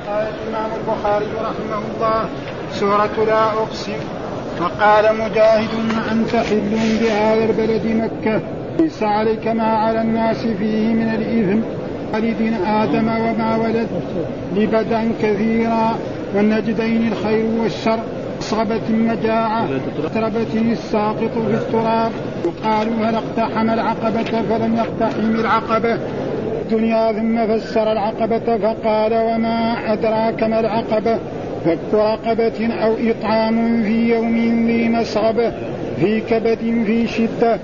قال الإمام البخاري رحمه الله: سورة لا أقسم. وقال مجاهد: أنت حل بهذا البلد مكة، ليس عليك ما على الناس فيه من الإثم، والد آدم وما ولد، لبدا كثيرا، والنجدين الخير والشر، صعبة مجاعة، تربة الساقط في التراب. وقالوا: هل اقتحم العقبة؟ فلم يقتحم العقبة الدنيا. ثم فسر العقبة فقال: وما أدراك ما العقبة؟ فك رقبة أو إطعام في يوم ذي مسغبة في كبد في شدة.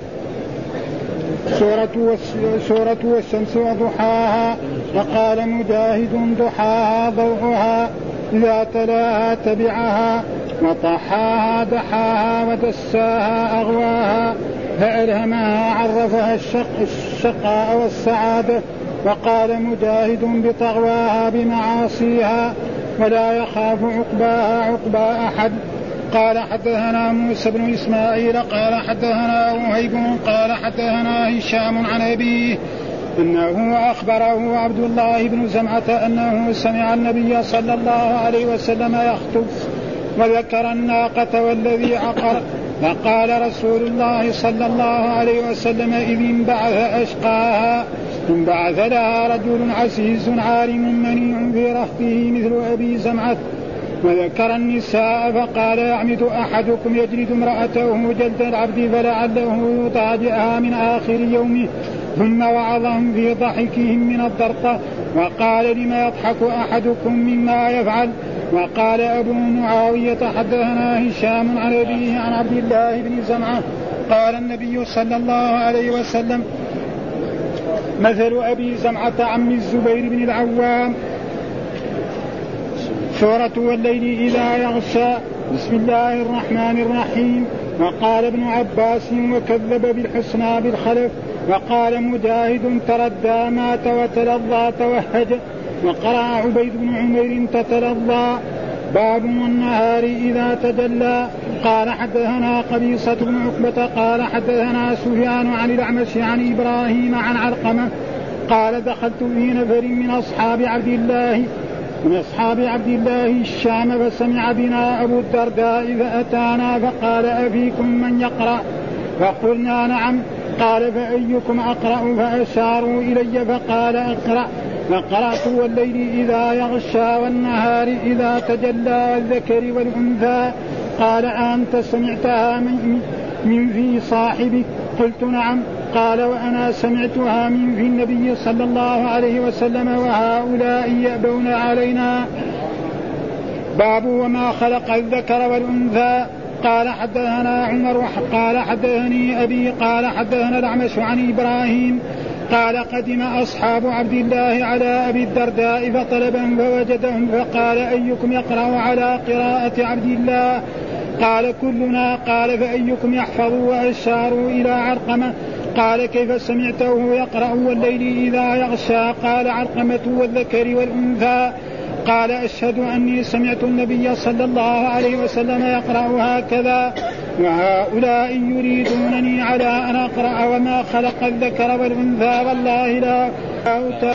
سورة والشمس وضحاها. وقال مجاهد: ضحاها ضوءها، إذا تلاها تبعها، وطحاها دحاها، ودساها أغواها، فألهمها عرفها الشقاء والسعادة. وقال مجاهد: بطغواها بمعاصيها، ولا يخاف عقباها عقبى أحد. قال حدثنا موسى بن إسماعيل قال حدثنا وهيب قال حدثنا هشام عن أبيه أنه أخبره عبد الله بن زمعة أنه سمع النبي صلى الله عليه وسلم يخطب وذكر الناقة والذي عقر، فقال رسول الله صلى الله عليه وسلم: إذ انبعث أشقاها، انبعث لها رجل عزيز عالم منيع في رهطه مثل أبي زمعة. وذكر النساء فقال: يعمد أحدكم يجلد امرأته جلد العبد فلعله يضاجعها من آخر يومه. ثم وعظهم في ضحكهم من الضرطة، وقال: لما يضحك أحدكم مما يفعل. وقال أبو معاوية حدثنا هشام عن أبيه عن عبد الله بن زمعة قال النبي صلى الله عليه وسلم: مثل أبي زمعة عم الزبير بن العوام. سورة والليل إذا يغشى. بسم الله الرحمن الرحيم. وقال ابن عباس: وكذب بالحسنى بالخلف. وقال مجاهد: تردى مات وتلظى توهج. وقرأ عبيد بن عمير: تتلظى. باب النهار إذا تجلى. قال حدثنا قبيصة بن عقبة قال حدثنا سفيان عن الأعمش عن إبراهيم عن علقمة قال: دخلت في نفر من أصحاب عبد الله الشام، فسمع بنا أبو الدرداء فأتانا فقال: أفيكم من يقرأ؟ فقلنا: نعم. قال: فأيكم أقرأ؟ فأشاروا إلي فقال: أقرأ. فقرأت: والليل إذا يغشى والنهار إذا تجلى والذكر والأنثى. قال: أنت سمعتها من في صاحبك؟ قلت: نعم. قال: وأنا سمعتها من في النبي صلى الله عليه وسلم، وهؤلاء يأبون علينا. باب وما خلق الذكر والأنثى. قال حدثنا عمر قال حدثني أبي قال حدثنا الأعمش عن إبراهيم قال: قدم أصحاب عبد الله على أبي الدرداء فطلبهم فوجدهم فقال: أيكم يقرأ على قراءة عبد الله؟ قال: كلنا. قال: فأيكم يحفظ؟ وأشاروا إلى علقمة. قال: كيف سمعته يقرأ والليل إذا يغشى؟ قال: علقمة: والذكر والأنثى. قال: أشهد أني سمعت النبي صلى الله عليه وسلم يقرأ هكذا، وهؤلاء يريدونني على أن أقرأ وما خلق الذكر والأنثى والله لا أوتى.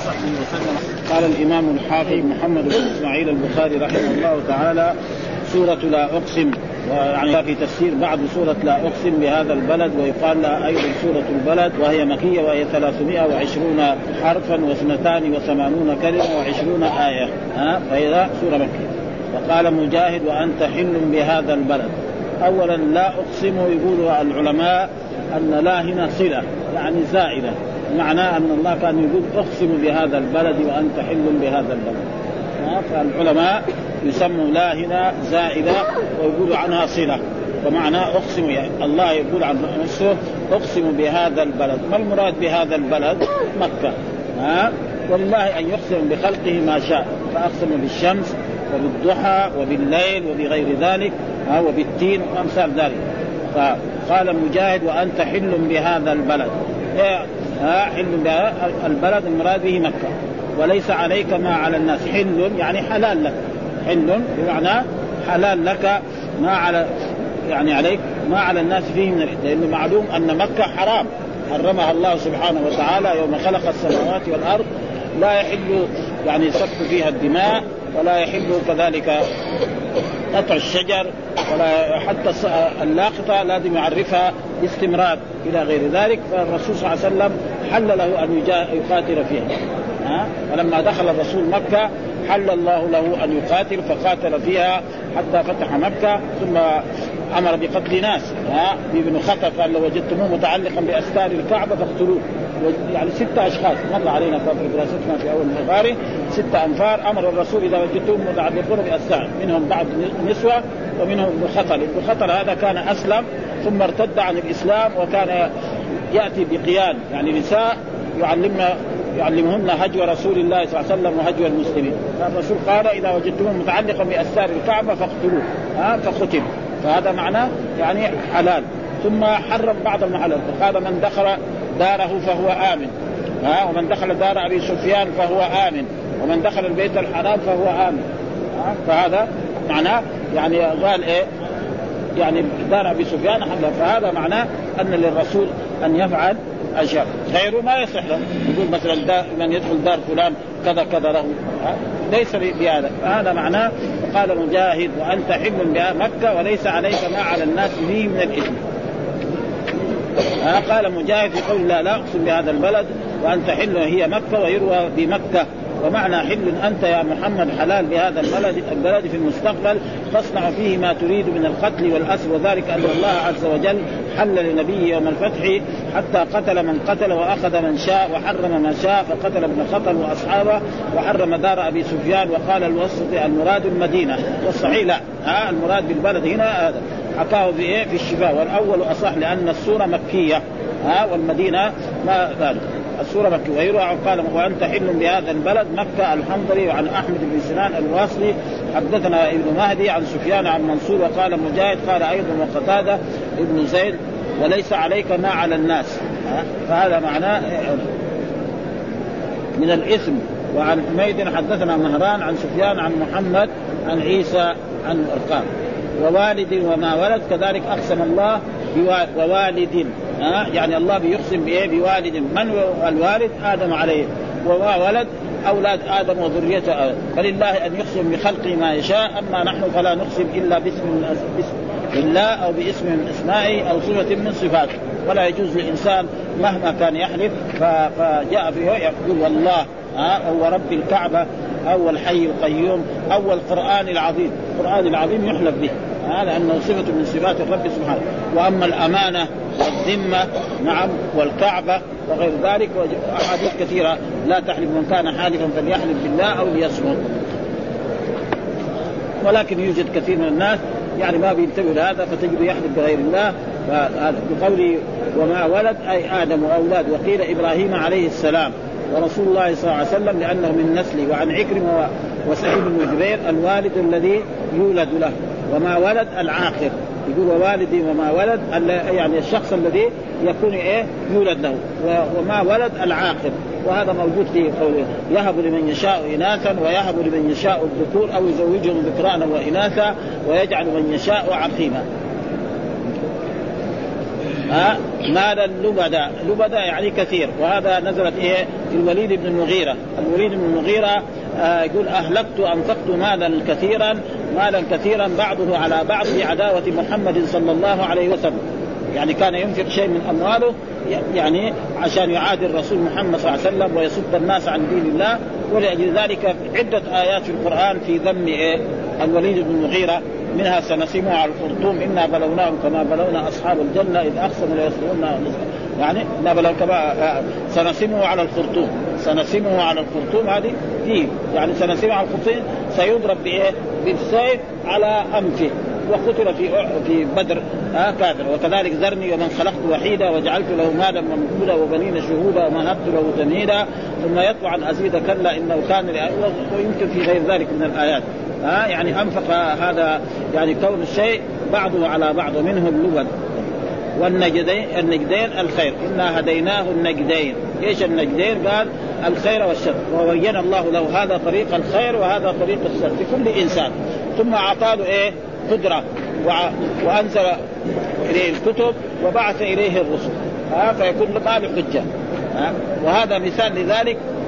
قال الإمام الحافظ محمد بن إسماعيل البخاري رحمه الله تعالى: سورة لا أقسم. ويعني في تفسير بعد سورة لا أقسم بهذا البلد، ويقال لها أيضا سورة البلد، وهي مكية، وهي 320 حرفا و82 كلمة و20 آية، فهي سورة مكية. وقال مجاهد: وأنت حل بهذا البلد. أولا لا أقسم، يقول العلماء أن لا هنا صلة يعني زائدة، معناه أن الله كان يقول أقسم بهذا البلد وأنت حل بهذا البلد. فالعلماء يسموا لا هنا زائدة ويقولوا عنها صلة، ومعنى أقسم يعني الله يقول عن نفسه: أقسم بهذا البلد. ما المراد بهذا البلد؟ مكة. والله أن يقسم بخلقه ما شاء، فأقسم بالشمس وبالضحى وبالليل وبغير ذلك، وبالتين وأمثال ذلك. فقال مجاهد: وأنت حل بهذا البلد. حل بهذا البلد المراد به مكة، وليس عليك ما على الناس. حل يعني حلال لك، حل بمعنى حلال لك، ما على يعني عليك ما على الناس فيه من الحدود، لأنه معلوم أن مكة حرام، حرمها الله سبحانه وتعالى يوم خلق السماوات والأرض. لا يحل يعني سفك فيها الدماء، ولا يحل كذلك قطع الشجر، ولا حتى اللاقطة لازم يعرفها باستمرار إلى غير ذلك. فالرسول صلى الله عليه وسلم حل له أن يقاتل فيها. ولما دخل الرسول مكة حل الله له أن يقاتل، فقاتل فيها حتى فتح مكة، ثم أمر بقتل ناس. ابن خطف قال لو وجدتموه متعلقا بأستار الكعبة فاقتلوه. يعني 6 أشخاص مر علينا في دراستنا في أول البخاري 6 أنفار أمر الرسول إذا وجدتهم متعلقون بأستار، منهم بعض نسوة ومنهم ابن خطل. ابن خطل هذا كان أسلم ثم ارتد عن الإسلام، وكان يأتي بقيان يعني نساء يعلمهن هجو رسول الله صلى الله عليه وسلم وهجو المسلمين. فالرسول قال إذا وجدتموه متعلقا بأستار الكعبة فاقتلوه، فقتل. فهذا معناه يعني حلال. ثم حرم بعض المحلات، فقال من دخل داره فهو آمن، ومن دخل دار أبي سفيان فهو آمن، ومن دخل البيت الحرام فهو آمن. فهذا معناه يعني قال إيه يعني دار أبي سفيان حرم. فهذا معناه أن للرسول أن يفعل أشياء غيره ما يصح له. يقول مثلا من يدخل دار فلان كذا كذا له، ليس بهذا. هذا معناه. قال مجاهد وأنت حل بها مكة وليس عليك ما على الناس فيه من الإثم. قال مجاهد في قول لا أقسم بهذا البلد وأنت حل هي مكة، ويروى بمكة. ومعنى حل أنت يا محمد حلال بهذا البلد في المستقبل، تصنع فيه ما تريد من القتل والأسر. وذلك أن الله عز وجل حل لنبيه يوم الفتح حتى قتل من قتل وأخذ من شاء وحرم من شاء، فقتل ابن خطل وأصحابه وحرم دار أبي سفيان. وقال الوسط المراد المدينة، والصحيح لا، المراد بالبلد هنا هذا حكاه في الشفاء. والأول أصح لأن السورة مكية، والمدينة ما ذلك السورة مكية. ويروى قال وأنت حل بهذا البلد مكة. الحنظلي عن أحمد بن سنان الواصلي حدثنا ابن مهدي عن سفيان عن منصور. وقال مجاهد قال أيضا وقتادة ابن زيد وليس عليك ما على الناس. فهذا معناه من الإثم. وعن حميد حدثنا مهران عن سفيان عن محمد عن عيسى عن أرقام. ووالد وما ولد كذلك أقسم الله ووالد، يعني الله بيقسم بوالد. من الوالد؟ آدم عليه، وما ولد أولاد آدم وذريته آدم. فلله أن يقسم بخلقه ما يشاء، أما نحن فلا نقسم إلا باسم الله أو باسم من أسمائه أو صفة من صفاته. ولا يجوز للإنسان مهما كان يحلف. فجاء فيه يقول والله أو رب الكعبة أو الحي القيوم أو القرآن العظيم. القرآن العظيم يحلف به لأنه صفة من صفات الرب سبحانه. وأما الأمانة والذمة نعم والكعبة وغير ذلك. وأحاديث كثيرة لا تحلف من كان حالفا فليحلف بالله أو ليصمت. ولكن يوجد كثير من الناس يعني ما بينتبهوا لهذا فتجد يحلف بغير الله. بقوله وما ولد أي آدم وأولاد. وقيل إبراهيم عليه السلام ورسول الله صلى الله عليه وسلم لأنه من نسله. وعن عكرمة وسعيد بن جبير الوالد الذي يولد له. وما ولد العاقر، يقول ووالدي وما ولد يعني الشخص الذي يكون يولد له. وما ولد العاقر، وهذا موجود في قوله يهب لمن يشاء إناثا ويهب لمن يشاء الذكور أو يزوجهم ذكرانا وإناثا ويجعل من يشاء عقيما. مالا لبدا يعني كثير. وهذا نزلت في الوليد بن المغيرة. الوليد بن المغيرة يقول أهلكت أنفقت مالا كثيرا بعضه على بعض بعداوة محمد صلى الله عليه وسلم. يعني كان ينفق شيء من أمواله يعني عشان يعادي الرسول محمد صلى الله عليه وسلم ويصد الناس عن دين الله. ولأجل ذلك عدة آيات في القرآن في ذم الوليد بن المغيرة، منها سنسمه على الخرطوم إنا بلوناهم كما بلونا أصحاب الجنة إذ أقسموا ليصلون، يعني إنا بلون كما سنسمه على الخرطوم. سنسمه على الخرطوم هذه فيه يعني سنسمه على الخرطوم سيضرب بالسيف على أنفه وقتل في بدر كافر. وكذلك ذرني ومن خلقت وحيدا وجعلت له مالا ممدودا وبنين شهودا ومهدت له تمهيدا ثم يطلع عن أزيد كلا إنه كان ويمكن في غير ذلك من الآيات. يعني أنفق هذا يعني كون الشيء بعضه على بعض، منه اللبن. والنجدين الخير، إنا هديناه النجدين. إيش النجدين؟ قال الخير والشر، وبين الله له هذا طريق الخير وهذا طريق الشر في كل إنسان. ثم أعطاه قدرة وأنزل إليه الكتب وبعث إليه الرسل، فيكون له حجة. وهذا مثال لذلك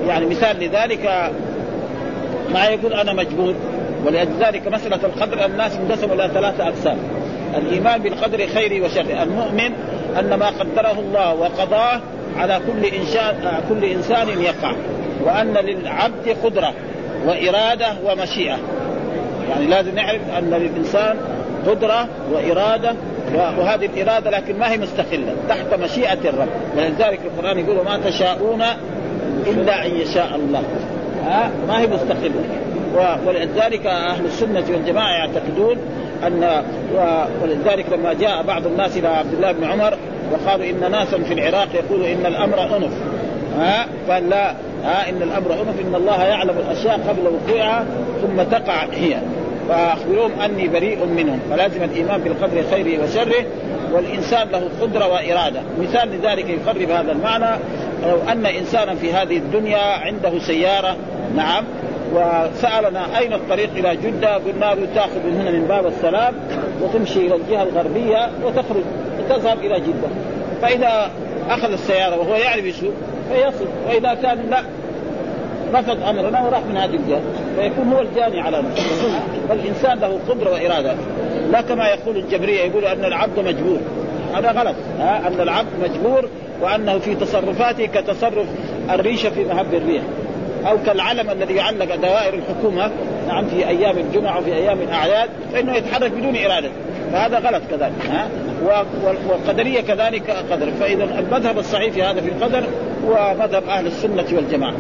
يعني مثال لذلك ما يقول أنا مجبور. ولذلك مسألة القدر الناس انقسموا إلى 3 أقسام: الإيمان بالقدر خيره وشره، المؤمن أن ما قدره الله وقضاه على كل إنسان يقع، وأن للعبد قدرة وإرادة ومشيئة. يعني لازم نعرف أن للإنسان قدرة وإرادة، وهذه الإرادة لكن ما هي مستقلة تحت مشيئة الرب. ولذلك القرآن يقول ما تشاءون إلا أن يشاء الله، ما هي مستقلة. ولذلك أهل السنة والجماعة يعتقدون أن ولذلك لما جاء بعض الناس إلى عبد الله بن عمر وقالوا إن ناسا في العراق يقولوا إن الأمر أنف، قال لا، إن الأمر أنف، إن الله يعلم الأشياء قبل وقوعها ثم تقع هي، فأخبرهم أني بريء منهم. فلازم الإيمان بالقدر خيره وشره، والإنسان له قدرة وإرادة. مثال لذلك يقرب هذا المعنى: لو أن إنسانا في هذه الدنيا عنده سيارة، نعم، وسألنا أين الطريق إلى جدة، قلنا له تأخذ من هنا من باب السلام وتمشي إلى الجهة الغربية وتخرج وتذهب إلى جدة. فإذا أخذ السيارة وهو يعرف يسوق فيصل، وإذا كان لا رفض أمرنا وراح من هذه الجهة فيكون هو الجاني على نفسه. فالإنسان له قدرة وإرادة، لا كما يقول الجبرية يقول أن العبد مجبور. هذا غلط، أن العبد مجبور، وأنه في تصرفاته كتصرف الريشة في مهب الريح، أو كالعلم الذي يعلق دوائر الحكومة، نعم، في أيام الجمعة وفي أيام الأعياد، فإنه يتحرك بدون إرادة، فهذا غلط كذلك. والقدرية كذلك قدر. فإذا المذهب الصحيح في هذا في القدر هو مذهب أهل السنة والجماعة،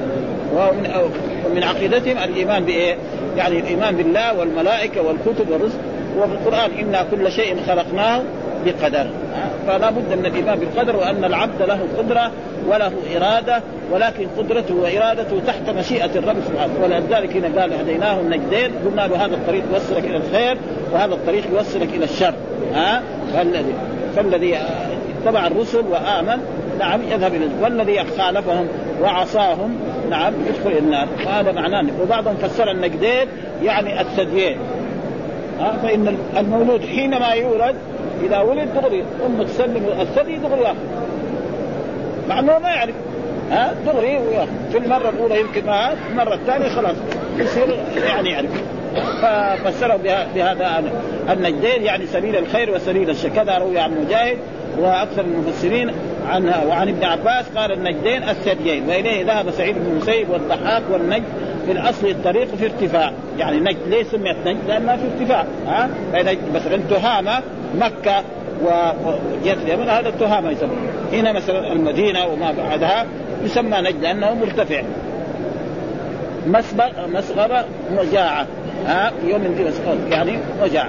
ومن عقيدتهم الإيمان بإيه؟ يعني الإيمان بالله والملائكة والكتب والرسل. وفي القرآن إنا كل شيء خلقناه بقدر. فلا بد من الإيمان بالقدر، وأن العبد له قدرة وله إرادة، ولكن قدرته وإرادته تحت مشيئة الرب سبحانه. ولذلك هنا قال هديناه النجدين، قلنا له هذا الطريق يوصلك إلى الخير وهذا الطريق يوصلك إلى الشر. فالذي اتبع الرسل وآمن، نعم، يذهب إلى، والذي خالفهم وعصاهم، نعم، يدخل النار. وهذا معناه. وبعضهم فسر النجدين يعني الثديين، فإن المولود حينما يولد إذا ولد دغري أمه تسلم الثدي دغري يأخذ، مع أنه ما يعرف، دغري ويأخذ. في المرة الأولى يمكن ما، المرة الثانية خلاص يصير يعني يعرف. ففسروا بهذا النجدين يعني سبيل الخير وسبيل الشر. كذا روي عن مجاهد وأكثر المفسرين عنها. وعن ابن عباس قال النجدين الثديين، وإليه ذهب سعيد بن المسيب والضحاك. والنجد في الأصل الطريق في ارتفاع، يعني نجد ليه سميت نجد؟ لأنها في ارتفاع. مثلا تهامة مكة وجهة اليمن، هذا التهامة يسمى. هنا مثلا المدينة وما بعدها يسمى نجد لأنه مرتفع. مسغبة مجاعة، في يوم ذي مسغبة يعني مجاعة.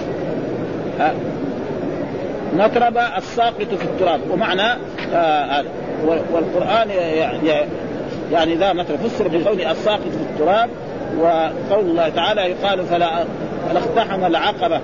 نتربة الساقط في التراب، ومعنى والقرآن يعني ذا نتربة فسر بقول الساقط في التراب. وقول الله تعالى يقال فلا اقتحم العقبة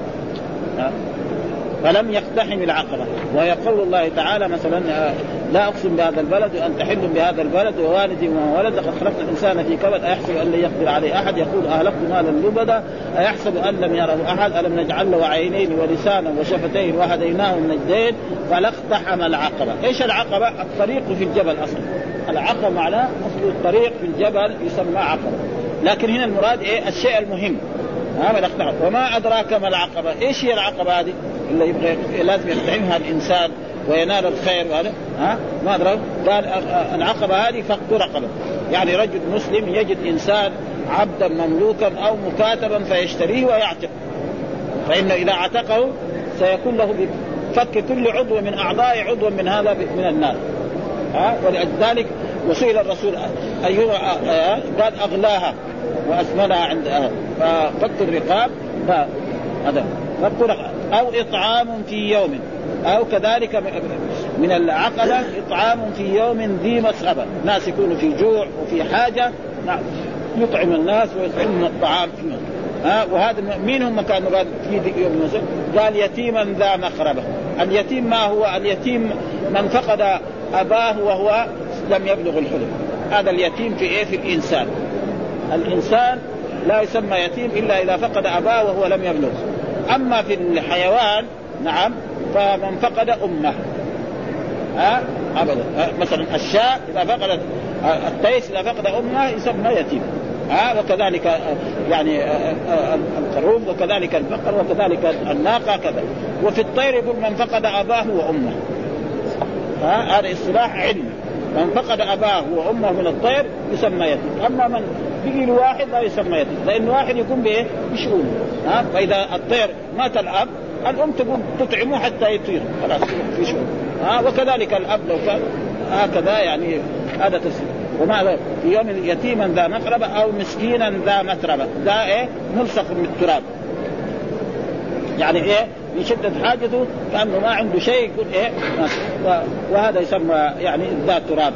فلم يقتحم العقبة. ويقول الله تعالى مثلا لا أقسم بهذا البلد وأنت حل بهذا البلد ووالد وما ولد لقد خلقنا الإنسان في كبد أيحسب أن لن يقدر عليه أحد يقول أهلكت مالا لبدا أيحسب أن لم يره أحد ألم نجعل له عينين ولسانا وشفتين وهديناه النجدين فلاقتحم العقبة. إيش العقبة؟ الطريق في الجبل أصلا. العقبة معناه أصل الطريق في الجبل يسمى عقبة، لكن هنا المراد إيه؟ الشيء المهم. وما أدراك ما العقبة؟ إيش هي العقبة هذه اللي يبغى لازم يقتحمها الإنسان وينال الخير؟ وهذا ما أدراك. قال العقبة هذه فك رقبة، يعني رجل مسلم يجد إنسان عبدا مملوكا أو مكاتبا فيشتريه ويعتق، فإنه إذا عتقه سيكون له بفك كل عضو من أعضاء عضو من هذا من النار. ولذلك وسئل الرسول أيها قال أغلاها وأثمنها عند ففك الرقاب هذا فك رقبة. أو إطعام في يوم، أو كذلك من العقبة إطعام في يوم ذي مسغبة، ناس يكونوا في جوع وفي حاجة يطعم الناس ويطعمهم الطعام. وهذا مين هم كانوا؟ قال في يوم مسغبة قال يتيما ذا مخربة. اليتيم ما هو؟ اليتيم من فقد أباه وهو لم يبلغ الحلم، هذا اليتيم في إيه؟ في الإنسان. الإنسان لا يسمى يتيم إلا إذا فقد أباه وهو لم يبلغ. أما في الحيوان نعم فمن فقد أمه أبدا. مثلا الشاة إذا فقدت التيس إذا فقد أمه يسمى يتيم. وكذلك يعني القروم وكذلك البقر وكذلك الناقة كذا. وفي الطير يقول من فقد أباه وأمه. هذا اصطلاح علمي، من فقد أباه وأمه من الطير يسمى يتيم. أما من بيجي لواحد لا يسمى يتيم، لأن واحد يكون بإيه بشؤونه. فإذا الطير مات الأب الأم تقول تطعمه حتى يطير خلاص في شؤون. وكذلك الأب لو كان هكذا يعني هذا تسليم. وما في يوم يتيما ذا مقربة أو مسكينا ذا متربة، ذا إيه ملصق من التراب، يعني إيه من شدة حاجته كأنه ما عنده شيء يقول إيه وهذا يسمى يعني ذا تراب.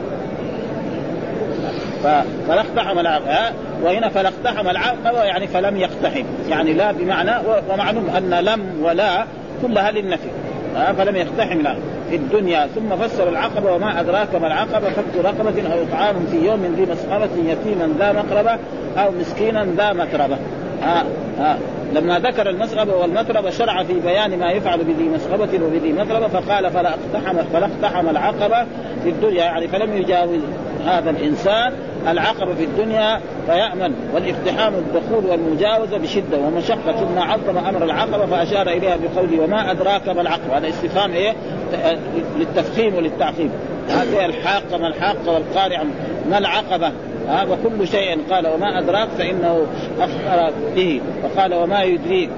فلا اقتحم العقبة. وهنا فلا اقتحم العقبة يعني فلم يقتحم، يعني لا بمعنى، ومعلوم أن لم ولا كلها للنفي. فلم يقتحم لا في الدنيا. ثم فسر العقبة وما أدراك ما العقبة، فك رقبة أو إطعام في يوم ذي مسغبة يتيما ذا مقربة أو مسكينا ذا متربة. لما ذكر المسغبة والمتربة شرع في بيان ما يفعل بذي مسغبة وبذي متربة، فقال فلا اقتحم العقبة في الدنيا، يعني فلم يجاوز هذا الإنسان العقبة في الدنيا فيأمن. والاقتحام الدخول والمجاوزة بشدة ومشقة. ثم عظم أمر العقبة فأشار إليها بقوله وما أدراك ما العقبة. هذا استفهام إيه للتفخيم وللتعقيب. هذه الحاقة ما الحاقة والقارعة ما العقبة. وكل شيء قال وما أدراك فإنه أخبر به. وقال وما يدريك،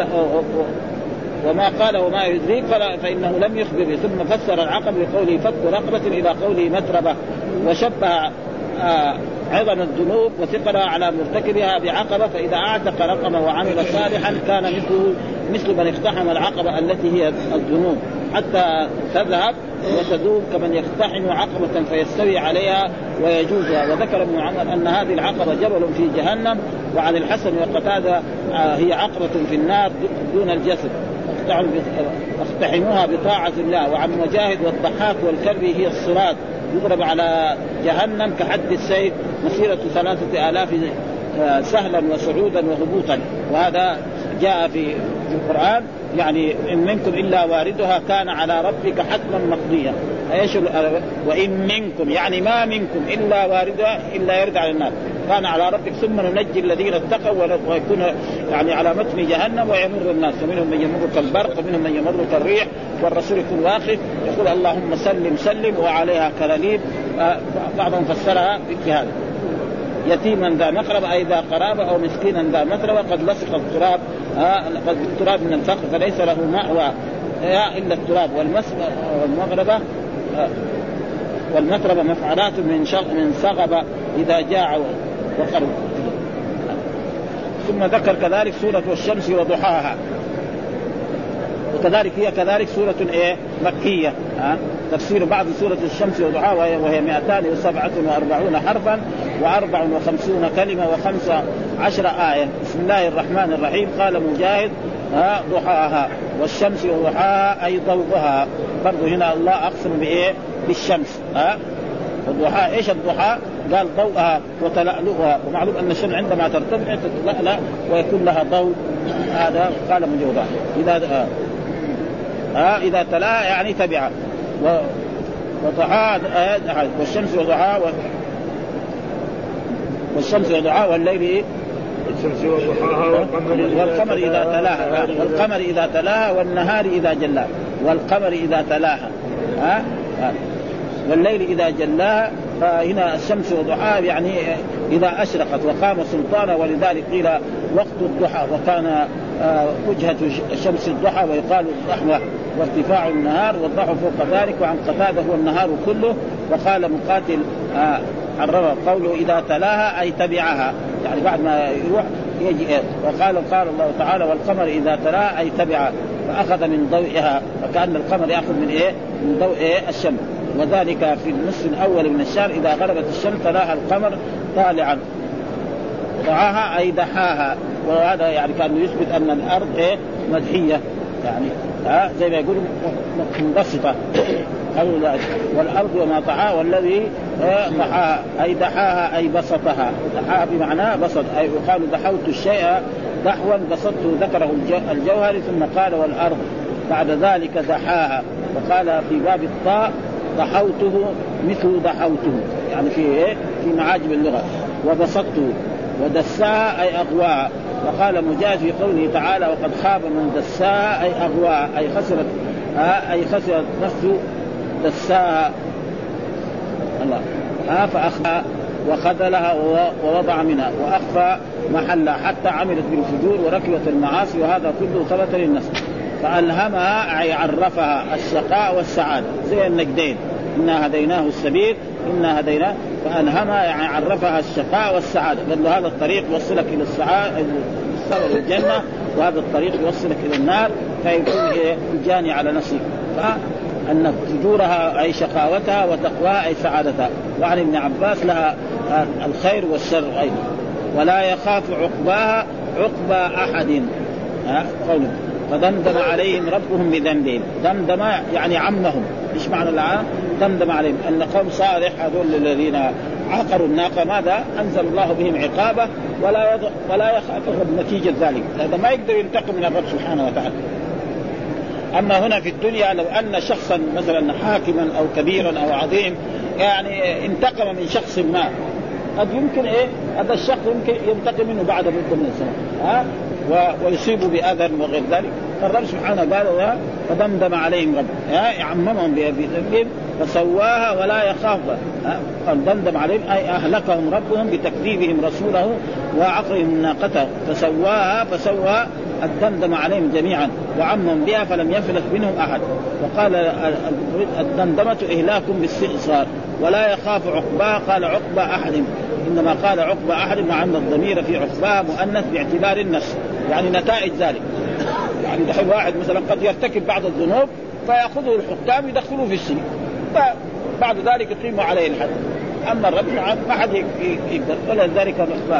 وما قال وما يدريك فإنه لم يخبر به. ثم فسر العقبة بقوله فك رقبة إلى قوله متربة. وشبه عظم الذنوب وثقلها على مرتكبها بعقبة، فإذا أعتق رقبة وعمل صالحا كان مثل من اقتحم العقبة التي هي الذنوب حتى تذهب وتذوب، كمن يقتحم عقبة فيستوي عليها ويجوزها. وذكر ابن عمر أن هذه العقبة جبل في جهنم. وعن الحسن وقتادة هي عقبة في النار دون الجسد اقتحموها بطاعة الله. وعن مجاهد والضحاك والكلبي هي الصراط يضرب على جهنم كحد السيف مسيرة 3000 سهلا وصعودا وهبوطا. وهذا جاء في القرآن يعني إن منكم إلا واردها كان على ربك حتما مقضيا. ايش وإن منكم يعني ما منكم إلا واردها إلا يرد على النار كان على ربك ثم ننجي الذين اتقوا ويكون يعني على متن جهنم ويمر الناس، ومنهم من يمر كالبرق ومنهم من يمر كالريح والرسول يكون واقف يقول اللهم سلم سلم وعليها كلاليب. بعضهم فسرها بهذا يتيما ذا مقربة أي ذا قرابة أو مسكينا ذا متربة قد لصق التراب قد التراب من الفقر فليس له مأوى إلا التراب. والمغربة والمتربة مفعلات من صغب إذا جاع وقرب. ثم ذكر كذلك سورة والشمس وضحاها، وكذلك هي كذلك سورة مكية. تفسير بعض سورة الشمس وضحاها وهي 247 حرفا و54 كلمة و15 آية. بسم الله الرحمن الرحيم. قال مجاهد ضحاها والشمس وضحاها أي ضوءها. برضو هنا الله أقسم بالشمس. الضحى ايش الضحى؟ قال ضوءها وتلألؤها. ومعلوم ان الشمس عندما ترتفع تتلألأ ويكون لها ضوء. هذا قال مجاهد إذا تلاها يعني تبعها. وضحى والشمس وضحاها والشمس وضحاها والليل والقمر إذا تلاها والقمر إذا تلاها والنهار إذا جلاها والقمر إذا تلاها والليل إذا جلاها. فهنا الشمس وضحاها يعني إذا أشرقت وقام سلطانها، ولذلك قيل وقت الضحى وكان وجهة الشمس الضحى ويقال الضحوة وارتفاع النهار والضحى فوق ذلك. وعن قتادة هو النهار كله. وقال مقاتل حرر قوله إذا تلاها أي تبعها يعني بعد ما يروح يجي. وقال الله تعالى والقمر إذا تلاها أي تبعها فأخذ من ضوئها، فكأن القمر يأخذ من ضوء الشمس. وذلك في النصف الأول من الشهر إذا غربت الشمس تلاها القمر طالعا. ضحاها أي دحاها. وهذا يعني كان يثبت أن الأرض مدحية يعني زي ما يقولوا منبسطة. والأرض وما طحاها والذي ضحاها أي دحاها أي بسطها. دحاها بمعنى بسط أي يقال دحوت الشيء دحوا بسطته. ذكره الجوهري ثم قال والأرض بعد ذلك دحاها. وقال في باب الطاء دحوته مثل دحوته يعني في إيه في معاجم اللغة. وبسطت ودساها أي أغواها. وقال مجاهد في قوله تعالى وقد خاب من دساها أي أغواها أي خسرت نفسه دساها الله فأخفى وخذلها ووضع منها وأخفى محلها حتى عملت بالفجور وركبت المعاصي وهذا كله ثبت للنفس. فألهمها أي عرفها الشقاء والسعادة زي النجدين إنا هديناه السبيل إنا هديناه. فألهمها يعني عرفها الشقاء والسعادة قال له هذا الطريق يوصلك إلى السعادة الجنة وهذا الطريق يوصلك إلى النار فيكون جاني على نفسك. أن فجورها أي شقاوتها وتقواها أي سعادتها. وعن ابن عباس لها الخير والشر أيضا. ولا يخاف عقباها عقبى أحد قوله فدمدم عليهم ربهم بذنبهم. دمدم يعني عمهم. إيش معنى العام؟ دمدم عليهم أن قوم صالح هذول الذين عقروا الناقة ماذا أنزل الله بهم عقابه ولا يخاف نتيجة ذلك. هذا ما يقدر ينتقم من الرب سبحانه وتعالى. أما هنا في الدنيا لو أن شخصا مثلا حاكما أو كبيرا أو عظيم يعني انتقم من شخص ما قد يمكن هذا الشخص يمكن ينتقم منه بعد مدة من الزمن ويصيبه بأذى وغير ذلك. فالرب سبحانه قال فدمدم عليهم رب يعممهم بذنبهم فسواها ولا يخاف. دمدم عليهم أي أهلكهم ربهم بتكذيبهم رسوله وعقرهم ناقته فسواها فسوى الدمدم عليهم جميعا وعمهم بها فلم يفلت منهم أحد. وقال الدمدمة إهلاكم بالاستئصال ولا يخاف عقباها قال عقبى أحد إنما قال عقبى أحد مع أن الضمير في عقباها مؤنث باعتبار النفس يعني نتائج ذلك. يعني دحين واحد مثلا قد يرتكب بعض الذنوب فيأخذه الحكام يدخلوه في السجن فبعد ذلك يقيموا عليه الحد. أما الرب ما حد يقدر ولذلك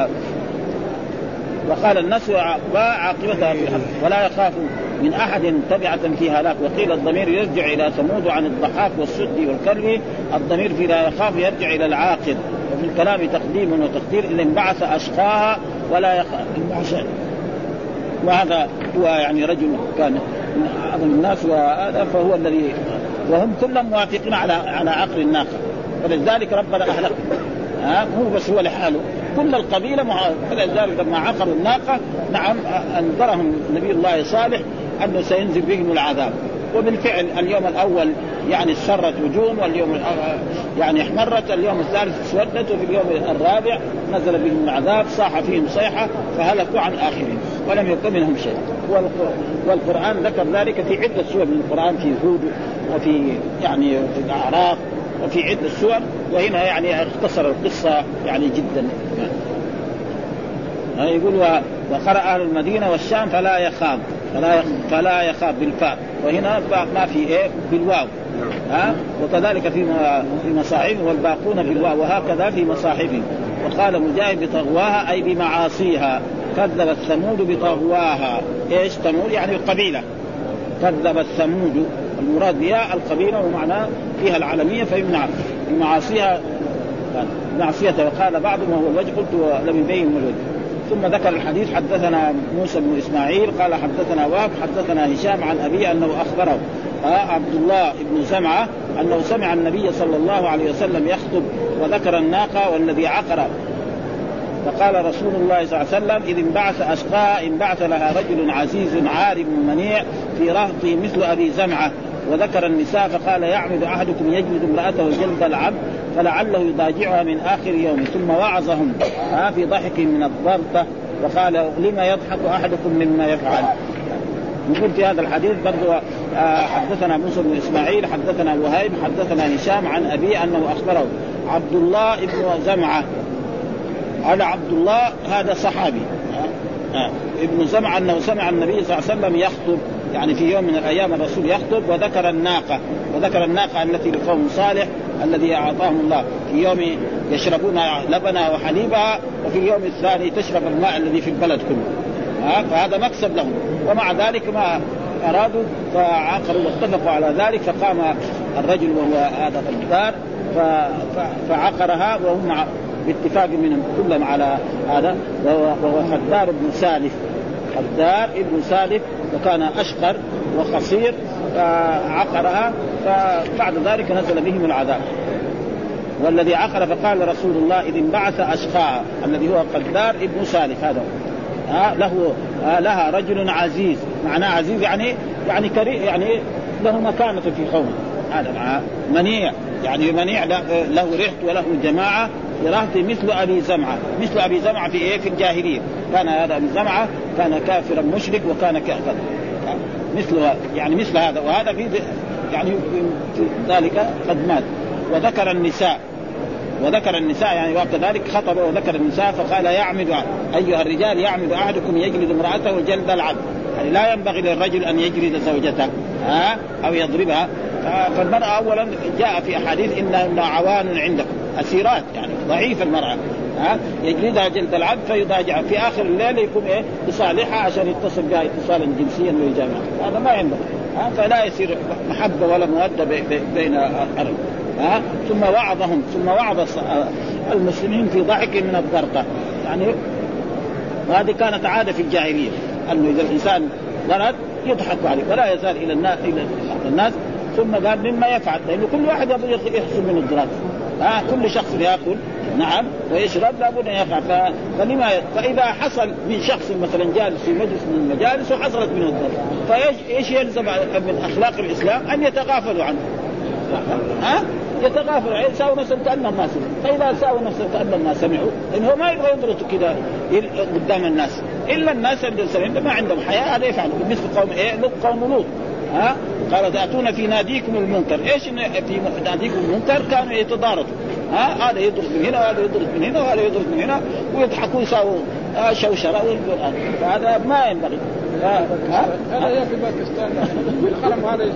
وقال الناس عاقبتها ولا يخاف من أحد تبعة في هلاك. وقيل الضمير يرجع إلى ثمود عن الضحاك والسد والكلب. الضمير في لا يخاف يرجع إلى العاقل. وفي الكلام تقديم وتقدير إذا انبعث أشقاها ولا يخاف وهذا هو يعني رجل كان من أعظم الناس فهو الذي وهم كلهم موافقين على عقل الناقة ولذلك ربنا أهلك هو بس هو لحاله كل القبيلة فلذلك لما عقروا الناقة نعم أنذرهم نبي الله صالح أنه سينزل بهم العذاب. وبالفعل اليوم الأول يعني سرت وجوههم واليوم يعني احمرت اليوم الثالث اسودت وفي اليوم الرابع نزل بهم العذاب صاح فيهم صيحة فهلكوا عن آخرين ولم يكن منهم شيء. والقرآن ذكر ذلك في عدة سور من القرآن في هود وفي يعني في الأعراف وفي عدة سور وهنا يعني اختصر القصة يعني جدا. يقول وقرأ أهل المدينة والشام فلا يخاف بالفاء وهنا ما في بالواو وكذلك في مصاحفهم والباقون بالواو وهكذا في مصاحفهم. وقال مجاهد بطغواها أي بمعاصيها كذب الثمود بطغواها. إيش ثمود يعني القبيلة كذب الثمود المراد بها القبيلة ومعناه فيها العالمية فيمنع بمعاصيها معصيته. وقال بعضهم وهو الوجه قلت ولم يبين الوجه. ثم ذكر الحديث حدثنا موسى بن إسماعيل قال حدثنا وهب حدثنا هشام عن أبي أنه أخبره عبد الله بن زمعة أنه سمع النبي صلى الله عليه وسلم يخطب وذكر الناقة والذي عقر فقال رسول الله صلى الله عليه وسلم إذ انبعث أشقاء انبعث لها رجل عزيز عارم منيع في رهطه مثل أبي زمعة وذكر النساء فقال يعمد أحدكم يجلد امرأته جلد العبد فلعله يضاجعها من آخر يوم ثم وعظهم في ضحك من الضرطة وقال لما يضحك أحدكم مما يفعل. نقول في هذا الحديث برضو حدثنا موسى بن إسماعيل حدثنا وهيب حدثنا هشام عن أبي أنه أخبره عبد الله بن زمعة. على عبد الله هذا صحابي ابن زمعة أنه سمع النبي صلى الله عليه وسلم يخطب يعني في يوم من الأيام الرسول يخطب وذكر الناقة التي لقوم صالح الذي أعطاهم الله في يوم يشربون لبنها وحليبها وفي اليوم الثاني تشرب الماء الذي في البلد كله فهذا مكسب لهم. ومع ذلك ما أرادوا فعاقروا واتفقوا على ذلك فقام الرجل وهو هذا الدار فعقرها وهم باتفاق منهم كلهم على هذا وهو خدار بن سالف. خدار ابن سالف وكان أشقر وقصير فعقرها فبعد ذلك نزل بهم العذاب. والذي عقر فقال رسول الله إذ انبعث أشقاها الذي هو قدار ابن سالف هذا لها رجل عزيز، معناه عزيز يعني كريم، يعني له مكانة في قومه، هذا مع منيع، يعني منيع له ريحة وله جماعة رهطي مثل أبي زمعة. مثل أبي زمعة في الجاهلية كان هذا أبي زمعة كان كافرا مشرك وكان كافرا مثلها، يعني مثل هذا. وهذا في يعني في ذلك قد مات. وذكر النساء يعني وكذلك خطب وذكر النساء فقال يعمد أيها الرجال يعمد أحدكم يجلد امرأته جلد العبد، يعني لا ينبغي للرجل أن يجلد زوجته أو يضربها. فالمرأة أولا جاء في أحاديث إنها عوان عندكم أسيرات، يعني ضعيف المرأة يجلدها جلد العبد فيضاجع في آخر الليل يكون يصالحها عشان يتصل بها اتصالا جنسيا ويجامعها، هذا ما ينبغي. فلا يصير محبة ولا مودة بين الرجل. ثم وعظ المسلمين في ضحك من الضرطة، يعني وهذه كانت عادة في الجاهلية أنه إذا الإنسان ضرب يضحك عليه ولا يزال إلى الناس. ثم قال مما يفعل، لأنه كل واحد يحصل من الضرب، كل شخص يأكل نعم ويشرب لابد أن يفعل. فإذا حصل من شخص مثلا جالس في مجلس من المجالس وحصلت منه الضرب، فإيش يلزم من أخلاق الإسلام أن يتغافلوا عنه، يتغافل يعني يساوي نفسه كأنهم ما سمعوا. فإذا ساوي نفسه كأنهم ما سمعوا إنه ما يبغى يضرطوا كذا قدام الناس، إلا الناس اللي سمعوا ما عندهم حياة هذا يفعل مثل قوم قوم لوط. قال تأتون في ناديكم المنكر. إيش في ناديكم المنكر؟ كانوا يتضاربوا، هذا يضرب من هنا وهذا يضرب من هنا وهذا يضرب من هنا ويضحكوا يساووا شوشرة والقرآن، فهذا ما ينبغي. هذا يا في باكستان بالخرم هذا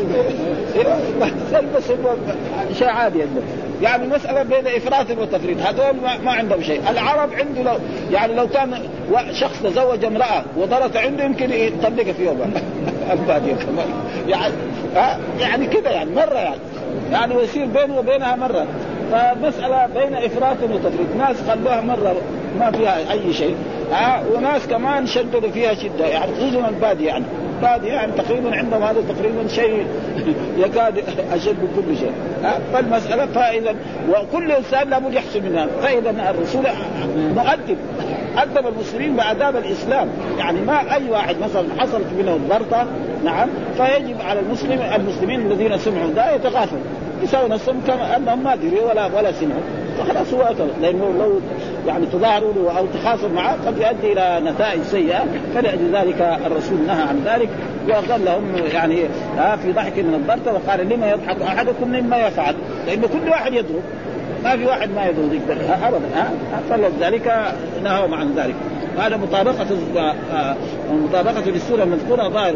بس شيء عادي يعني مسألة بين إفراط وتفريط، هذول ما عندهم شيء. العرب عنده لو كان شخص تزوج امرأة وضرت عنده يمكن يطلقها في يوم البادية كمان يعني كذا يعني مرة يعني ويصير بينه وبينها مرة. فمسألة بين إفراط وتفريط، ناس خلوها مرة ما فيها أي شيء، وناس كمان شددوا فيها شدة، يعني خصوصا البادية يعني تقريبا عندهم هذا تقريبا شيء يكاد أشد كل شيء. فالمسألة فإذا وكل إنسان لابد يحصل منها. فإذا الرسول أدب المسلمين بآداب الإسلام، يعني ما أي واحد مثلا حصلت منه الضرطة نعم فيجب على المسلمين الذين سمعوا ذا يتغافلوا يسوون نفسهم كما أنهم ما دروا ولا سمعوا، فخلاص هو أكل. لأنه لو يعني تظاهروا له أو تخاصموا معه قد يؤدي إلى نتائج سيئة، فلأجل ذلك الرسول نهى عن ذلك وقال لهم يعني في ضحك من الضرطة وقال لما يضحك أحدكم مما يفعل، لأنه كل واحد يضرب ما في واحد ما يضرب يقدر أبدا. فلذلك نهوا عن ذلك. هذا مطابقة للسورة المذكورة ظاهر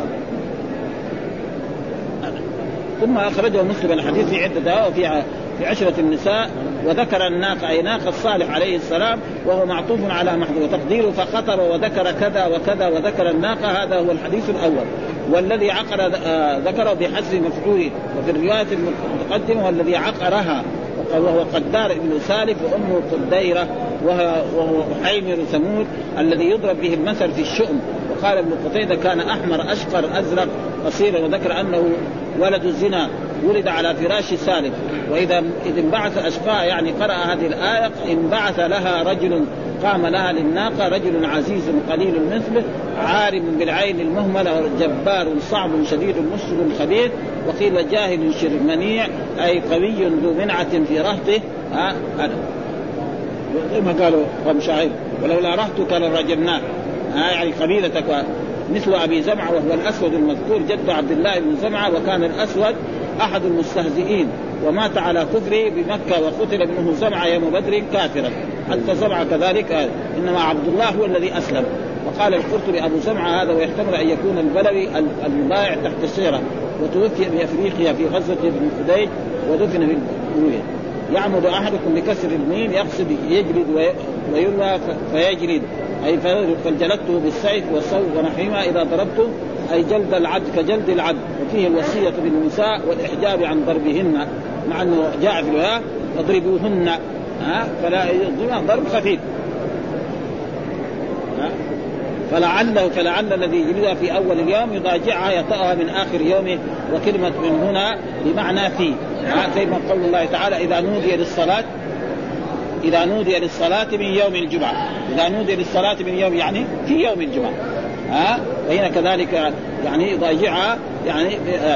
ثم أخرجه مسلم الحديث في عدة في 10 النساء. وذكر الناقة أي ناقة صالح عليه السلام وهو معطوف على محذوف وتقديره فخطر وذكر كذا وكذا وذكر الناقة. هذا هو الحديث الأول. والذي عقر ذكره بحذف مفعوله. وفي الرواية المتقدمة والذي عقرها وهو قدار ابن سالف وأمه قديرة وهو حيمر ثمود الذي يضرب به المثل في الشؤم. وقال ابن قتيبة كان أحمر أشقر أزرق قصير. وذكر أنه ولد الزنا ولد على فراش سالف. وإذا انبعث أشقاء يعني قرأ هذه الآية انبعث لها رجل قام لها للناقة رجل عزيز قليل مثله عارم بالعين المهملة جبار صعب شديد مشرك خبيث. وقيل جاهل منيع أي قوي ذو منعة في رهطه. زي ما قالوا ومشاعر ولولا رهطك لرجمناه يعني قبيلتك مثل أبي زمعة وهو الأسود المذكور جد عبد الله بن زمعة. وكان الأسود أحد المستهزئين ومات على كفره بمكة وقتل ابنه زمعة يوم بدر كافرا حتى زمعة كذلك إنما عبد الله هو الذي أسلم. وقال القرطبي أبو زمعة هذا ويحتمل أن يكون البلوي المبايع تحت السيرة وتوفي بأفريقيا في غزوة ابن خديج ودفن في البروية. يعمد أحدكم بكسر الميم يقصد يجلد ويروى فيجلد أي فجلدته بالسيف والصوت ونحوهما إذا ضربته أي جلد العبد كجلد العبد. وفيه الوصية بالنساء والإحجاب عن ضربهن مع أنه جاء في الوهاء اضربوهن فلا ضرب خفيف فلعل الذي يجلدها في أول اليوم يضاجعها يطأها من آخر يومه. وكلمة من هنا بمعنى في، زي ما قول الله تعالى إذا نودي للصلاة من يوم الجمعة. إذا نودي للصلاة من يوم يعني في يوم الجمعة. وهنا كذلك يعني يضاجعها يعني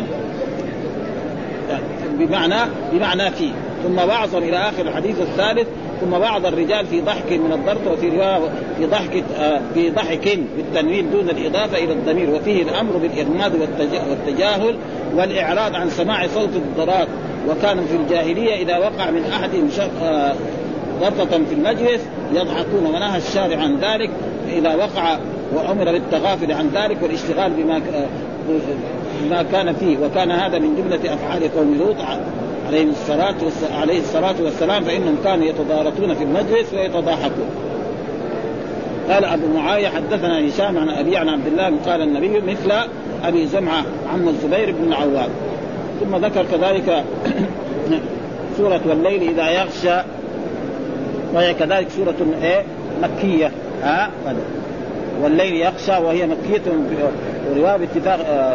بمعنى في. ثم بعضهم إلى آخر الحديث الثالث ثم بعض الرجال في ضحك من الضرط وفي رواية في ضحك بالتنوين دون الإضافة إلى الضمير. وفيه الأمر بالإغماض والتجاهل والإعراض عن سماع صوت الضرات. وكانوا في الجاهلية إذا وقع من أحدهم ضرطة في المجلس يضحكون. ونهى الشارع عن ذلك إذا وقع وأمر بالتغافل عن ذلك والاشتغال بما كان فيه. وكان هذا من جملة أفعال قوم لوط عليه الصلاة والسلام فإنهم كانوا يتضارطون في المجلس ويتضاحكون. قال أبو معاوية حدثنا هشام عن أبي عن عبد الله قال النبي مثل أبي زمعة عم الزبير بن العوام. ثم ذكر كذلك سورة والليل إذا يغشى، وهي كذلك سورة مكية والليل يغشى وهي مكية. ورواية باتفاق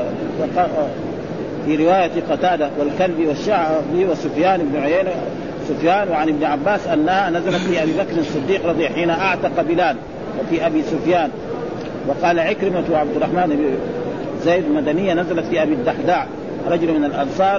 في رواية قتادة والكلبي والشعبي وسفيان بن عيينة وعن ابن عباس أنها نزلت في أبي بكر الصديق رضي حين أعتق بلال وفي أبي سفيان. وقال عكرمة وعبد الرحمن بن زيد المدنية نزلت في أبي الدحداع رجل من الأنصار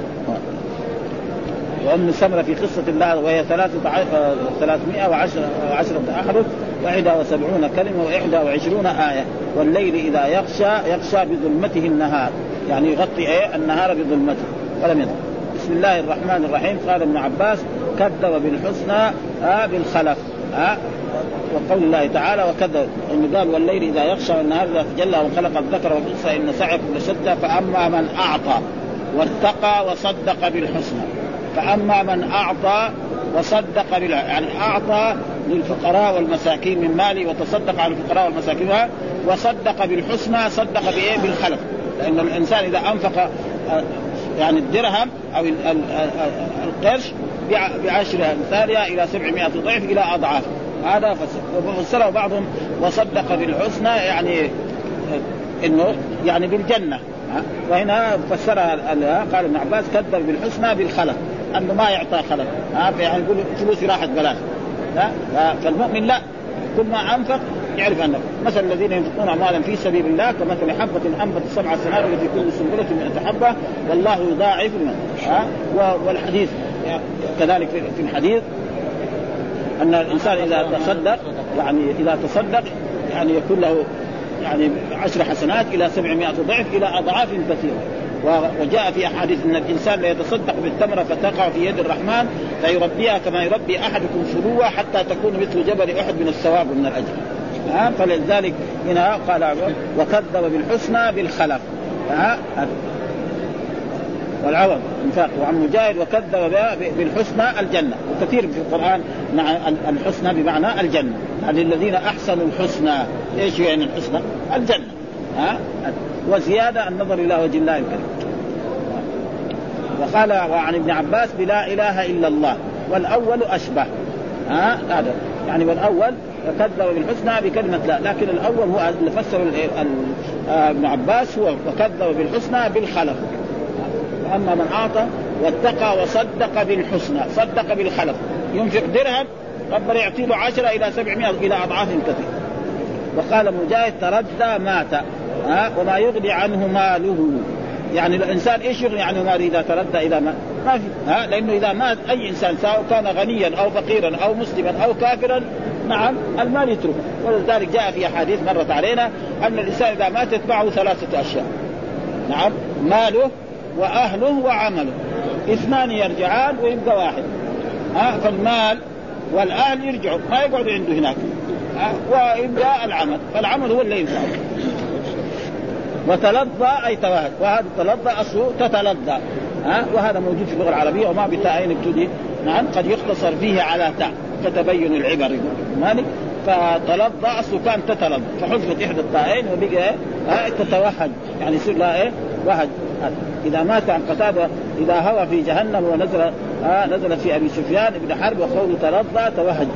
وأم سمرة في قصة الله وهي 310 أحرف و71 كلمة و21 آية. والليل إذا يغشى بظلمته النهار يعني يغطي النهار بظلمته ولم يدر. بسم الله الرحمن الرحيم. قال ابن عباس كذب بالحسنى بالخلف وقول الله تعالى وكذب إنه قال والليل إذا يغشى والنهار إذا تجلى وخلق الذكر والأنثى إن سعيكم لشتى فأما من أعطى واتقى وصدق بالحسنى. فأما من أعطى وصدق يعني أعطى للفقراء والمساكين من مالي وتصدق على الفقراء والمساكين وصدق بالحسنى صدق بإيه بالخلف. لأن الإنسان إذا أنفق يعني الدرهم أو القرش ب10 أمثالها إلى 700 ضعف إلى أضعاف. هذا فسره بعضهم وصدق بالحسنى يعني إنه يعني بالجنة. وهنا فسرها قال ابن عباس كذب بالحسنى بالخلف أنه ما يعطى خلف يعني يقول فلوسي راحت بلاش. فالمؤمن لا كل ما أنفق يعرف أنه مثل الذين ينفقون أموالا في سبيل الله كمثل حبة أنبت 7 سنابل في كل سنبلة 100 حبة والله يضاعف لمن. والحديث كذلك في الحديث أن الإنسان إذا تصدق يعني يكون له يعني 10 حسنات إلى 700 ضعف إلى أضعاف كثيرة. وجاء في أحاديث أن الإنسان لا يتصدق بالتمرة فتقع في يد الرحمن فيربيها كما يربي أحدكم فلوة حتى تكون مثل جبل أحد من الثواب ومن الأجر. فلذلك هنا قال وكذب بالحسنى بالخلف والعوض انفاق. وعن مجاهد وكذب بالحسنى الجنة. وكثير في القرآن مع الحسنى بمعنى الجنة يعني الذين أحسنوا الحسنى. إيش يعني الحسنى؟ الجنة. وزيادة النظر إلى وجه الله الكريم. وقال وعن ابن عباس بلا إله إلا الله والأول أشبه. هذا يعني والأول كذب بالحسنى بكلمة لا، لكن الأول هو اللي فسر ابن عباس هو وكذب بالحسنى بالخلف. أما من أعطى واتقى وصدق بالحسنى صدق بالخلف ينفق درهم ربنا يعطي له 10 إلى 700 إلى أضعاف كثير. وقال مجاهد تردى مات وما يغني عنه ماله. يعني الإنسان إيش يغني عنه ماله إذا تردى إلى ما في لأنه إذا مات أي إنسان سواء كان غنيا أو فقيرا أو مسلما أو كافرا نعم المال يترك. ولذلك جاء في حديث مرت علينا أن الإنسان إذا مات يتبعه 3 أشياء نعم ماله وأهله وعمله 2 يرجعان ويبقى واحد. فالمال والأهل يرجعوا ما يقعدوا عنده هناك ويبقى العمل. فالعمل هو اللي ينفع. وتلظى أي توهج. وهذا تلظى أصله تتلظى وهذا موجود في اللغة العربية وما بتاءين ابتدي نعم قد يختصر فيه على تاء كتبين العبر مالك. فتلظى أصله كان تتلظى فحذفت إحدى التاءين وبقى تتوهج يعني يصير لا وهج. إذا مات عن قتادة إذا هوى في جهنم ونزل نزل في أبي سفيان بن حرب وقوله تلظى توهج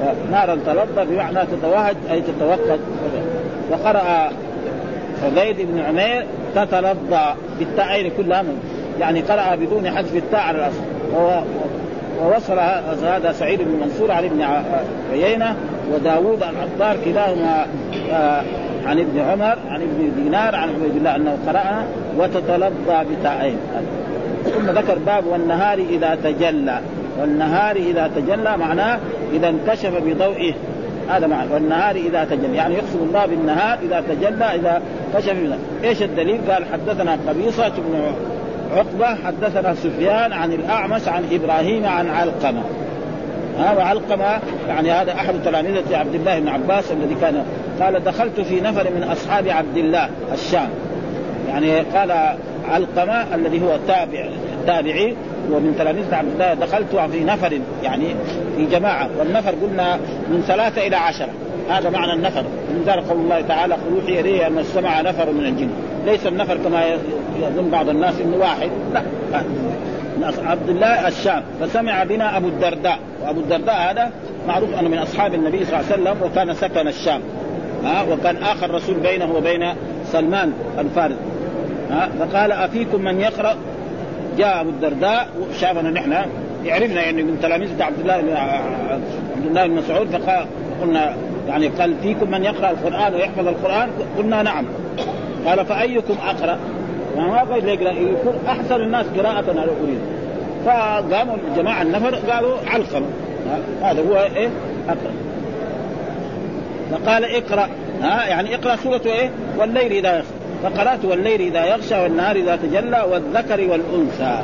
نارا تلظى بمعنى تتوهج أي تتوقد. وقرأ عبيد بن عمير تتلظى بالتاءين كلها، يعني قرأ بدون حذف التاء على الأصل. ووصل هذا سعيد بن منصور عن ابن عيينة وداود العطار كلاهما عن ابن عمر عن ابن دينار عن عبيد الله أنه قرأ وتتلظى بتاءين. ثم ذكر باب والنهار إذا تجلى. والنهار إذا تجلى معناه إذا انكشف بضوئه، هذا معنى والنهار إذا تجلى، يعني يقسم الله بالنهار إذا تجلى إذا كشف بضوئه. إيش الدليل؟ قال حدثنا قبيصة بن عقبة حدثنا سفيان عن الأعمش عن إبراهيم عن علقمة. وعلقمة يعني هذا أحد تلاميذة عبد الله بن عباس الذي كان قال دخلت في نفر من أصحاب عبد الله الشام، يعني قال علقمة الذي هو تابعي ومن تلاميذ عبد الله دخلت في نفر يعني في جماعة، والنفر قلنا من 3 إلى 10، هذا معنى النفر. من ذلك قول الله تعالى خلوحي إليه أن استمع نفر من الجن، ليس النفر كما يظن بعض الناس إنه واحد، لا، عبد الله الشام. فسمع بنا أبو الدرداء، وأبو الدرداء هذا معروف أنه من أصحاب النبي صلى الله عليه وسلم وكان سكن الشام، وكان آخر رسول بينه وبين سلمان الفارس. فقال أفيكم من يقرأ؟ جاء أبو الدرداء وشافنا نحن يعرفنا يعني من تلاميذ عبد الله بن مسعود، فقلنا يعني قال فيكم من يقرأ القرآن ويحفظ القرآن؟ قلنا نعم. قال فأيكم أقرأ؟ ما قال يكون أحسن الناس قراءة على أريد. فقاموا الجماعة النفر قالوا علقمة، هذا هو إيه أقرأ. فقال اقرأ، يعني اقرأ سورة إيه؟ والليل إذا يغشى. فقرأت والليل إذا يغشى والنهار إذا تجلى والذكر والأنثى.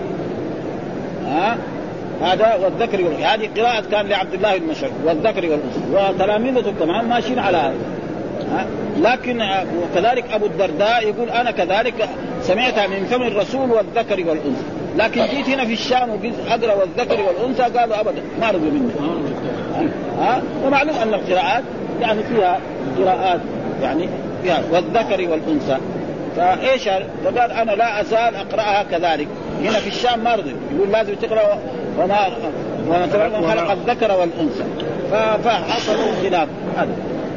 هذا والذكر والأنثى، هذه قراءة كان لعبد الله بن مسعود والذكر والأنثى، وتلاميذه كمان ماشيين على هذا. لكن وكذلك أبو الدرداء يقول أنا كذلك سمعتها من فم الرسول والذكر والأنثى، لكن جيت هنا في الشام وقلت أقرأ والذكر والأنثى قالوا أبدا ما رضوا منه. ومعلوم أن القراءات يعني فيها قراءات يعني فيها والذكر والأنثى. فإيش فقال أنا لا أزال أقرأها كذلك. هنا في الشام ما رضوا، يقول لازم تقرأ وما خلق الذكر والأنثى، فحصل خلاف هذا.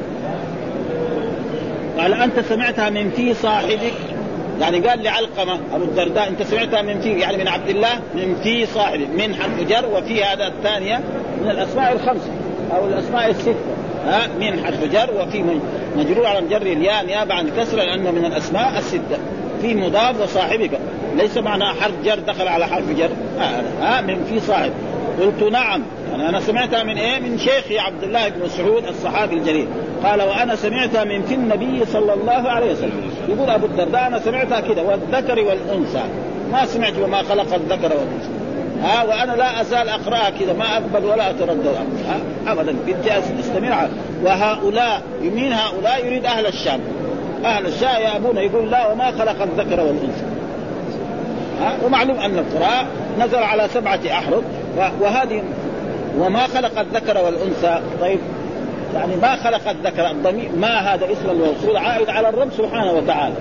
قال أنت سمعتها من في صاحبك، يعني قال لعلقمة أبو الدرداء أنت سمعتها من في، يعني من عبد الله من في صاحبك، من حرف جر، وفي هذا الثانية من الأسماء الخمسة أو الأسماء الستة. من حرف جر، وفي مجرور على جر الياء نيابة عن كسر لأنه من الأسماء الستة. في مضاف وصاحبك، ليس معنى حرف جر دخل على حرف جر. من في صاحب. قلت نعم، يعني أنا سمعتها من إيه؟ من شيخي عبد الله بن مسعود الصحابي الجليل. قال وأنا سمعتها من في النبي صلى الله عليه وسلم. يقول أبو الدرداء أنا سمعتها كده والذكر والأنثى، ما سمعت وما خلق الذكر والأنثى. وأنا لا أزال أقرأها كده، ما أقبل ولا أتردد أبدا، بدي أستمع. وهؤلاء يمين هؤلاء يريد أهل الشام. أهل الشام يا أبونا يقول لا وما خلق الذكر والأنثى. ومعلوم أن القراء نزل على 7 أحرف، وهذه وما خلق الذكر والأنثى. طيب يعني ما خلق الذكر، الضمير ما هذا اسم الموصول عائد على الرب سبحانه وتعالى.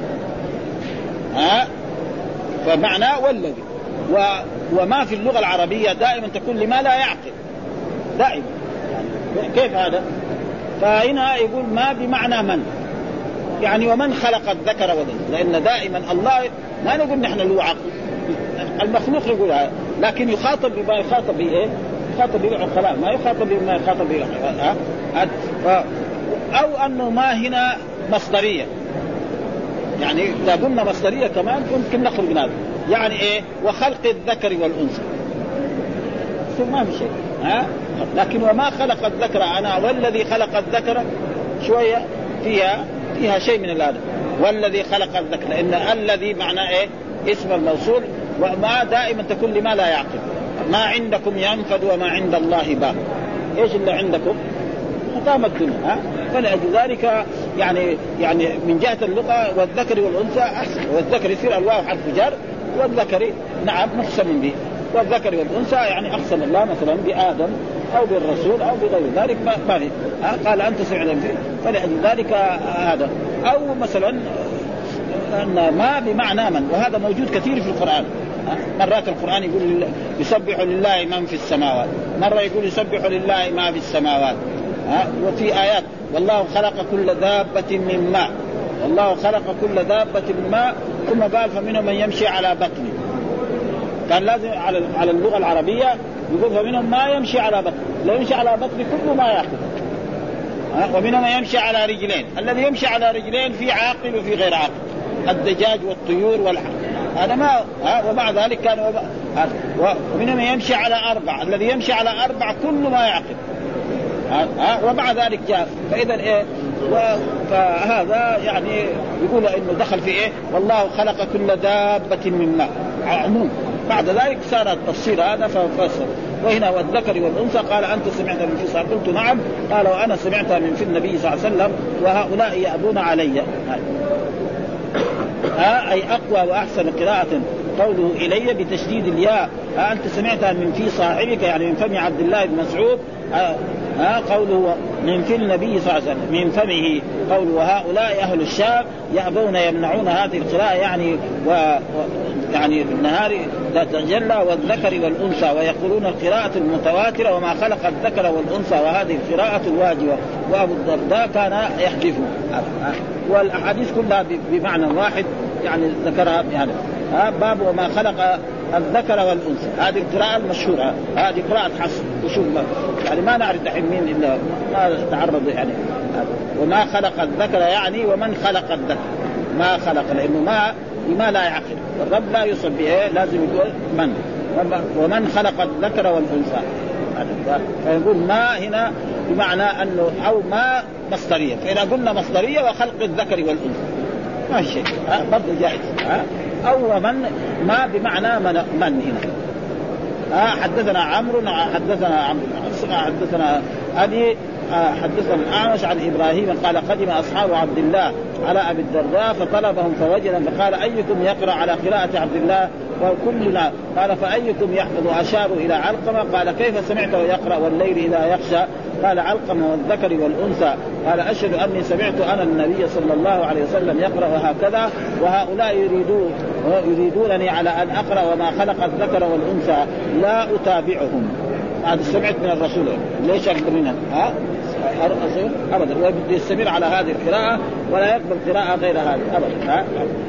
فمعناه والذي وما في اللغة العربية دائما تكون لما لا يعقل دائما، يعني كيف هذا؟ فهنا يقول ما بمعنى من، يعني ومن خلق الذكر والأنثى، لأن دائما الله ما نقول نحن له عقل، المخلوق يقول هذا، لكن يخاطب بما يخاطب به إيه؟ يخاطب به العقلاء، ما يخاطب بما يخاطب به أو أنه ما هنا مصدرية، يعني إذا قلنا مصدرية كمان يمكن نخرج من هذا، يعني إيه؟ وخلق الذكر والأنثى ما في شيء. لكن وما خلق الذكر، أنا والذي خلق الذكر شوية فيها شيء من هذا، والذي خلق الذكر، لأن الذي معناه إيه؟ اسم الموصول، وما دائما تكون لما لا يعقل. ما عندكم ينفد وما عند الله باق. إيش اللي عندكم؟ مقام الدنيا. فلذلك يعني من جهة اللغة والذكر والأنثى أحسن، والذكر يصير الواو حرف جر، والذكر نعم مقسم به، والذكر والأنثى يعني أقسم الله مثلا بآدم أو بالرسول أو بغير ذلك ما في. قال أنت سمعت فيه، فلذلك هذا. أو مثلا أن ما بمعنى من، وهذا موجود كثير في القرآن. مرات القرآن يقول يسبح لله من في السماوات، مرة يقول يسبح لله ما في السماوات، وفي آيات والله خلق كل دابة من ماء، والله خلق كل دابة من ماء، ثم قال فمنهم من يمشي على بطنه. كان لازم على اللغة العربية يقول فمنهم ما يمشي على بطنه، لا يمشي على بطنه كل ما يأكل. ومنهم من يمشي على رجلين، الذي يمشي على رجلين في عاقل وفي غير عاقل، الدجاج والطيور هذا ما ومع ذلك كان ومنهم من يمشي على أربع، الذي يمشي على أربع كل ما يعقل. ومع ذلك جاء فإذا إيه فهذا يعني يقول إنه دخل في إيه والله خلق كل دابة من ماء عموم. بعد ذلك صار التفسير هذا ففسر. وهنا والذكر والأنثى قال أنت سمعت من في صار قلت نعم قال وأنا سمعتها من في النبي صلى الله عليه وسلم وهؤلاء يأبون علي. أي أقوى وأحسن قراءة قوله إلي بتشديد الياء. أنت سمعتها من في صاحبك يعني من فم عبد الله بن مسعود. قوله من في النبي صلى الله عليه وسلم من فمه. قوله وهؤلاء أهل الشام يأبون يمنعون هذه القراءة يعني بالنهار تتجلى والذكر والأنثى ويقولون القراءة المتواترة وما خلق الذكر والأنثى وهذه القراءة الواجبة. وأبو الدرداء كان يحذفه. والأحاديث كلها بمعنى واحد يعني ذكرها يعني باب وما خلق الذكر والأنثى هذه القراءة المشهورة هذه قراءة حسن وشوف يعني ما نعرف دحين مين إلا ما تعرض يعني وما خلق الذكر يعني ومن خلق الذكر ما خلق لأنه ما لا يعقل والرب لا يوصف به لازم يقول من ومن خلق الذكر والأنثى. فيقول ما هنا بمعنى أنه أو ما مصدرية. فإذا قلنا مصدرية وخلق الذكر والأنثى ما شيء برضو جائز. أو ما بمعنى من هنا. حدثنا عمرو حدثنا أبي حدثنا الأعمش عن إبراهيم قال قدم أصحاب عبد الله على أبي الدرداء فطلبهم فوجد فقال أيكم يقرأ على قراءة عبد الله وكلنا قال فأيكم يحفظ. أشاروا إلى علقمة قال كيف سمعته يقرأ والليل إذا يخشى قال علقمة والذكر والأنثى قال أشهد أني سمعت أنا النبي صلى الله عليه وسلم يقرأ هكذا وهؤلاء يريدونني على أن أقرأ وما خلق الذكر والأنثى لا أتابعهم. هذا سمعت من الرسول ليش أقبل منها أبدا ويبدأ يستمر على هذه القراءة ولا يقبل قراءة غير هذه أبدا.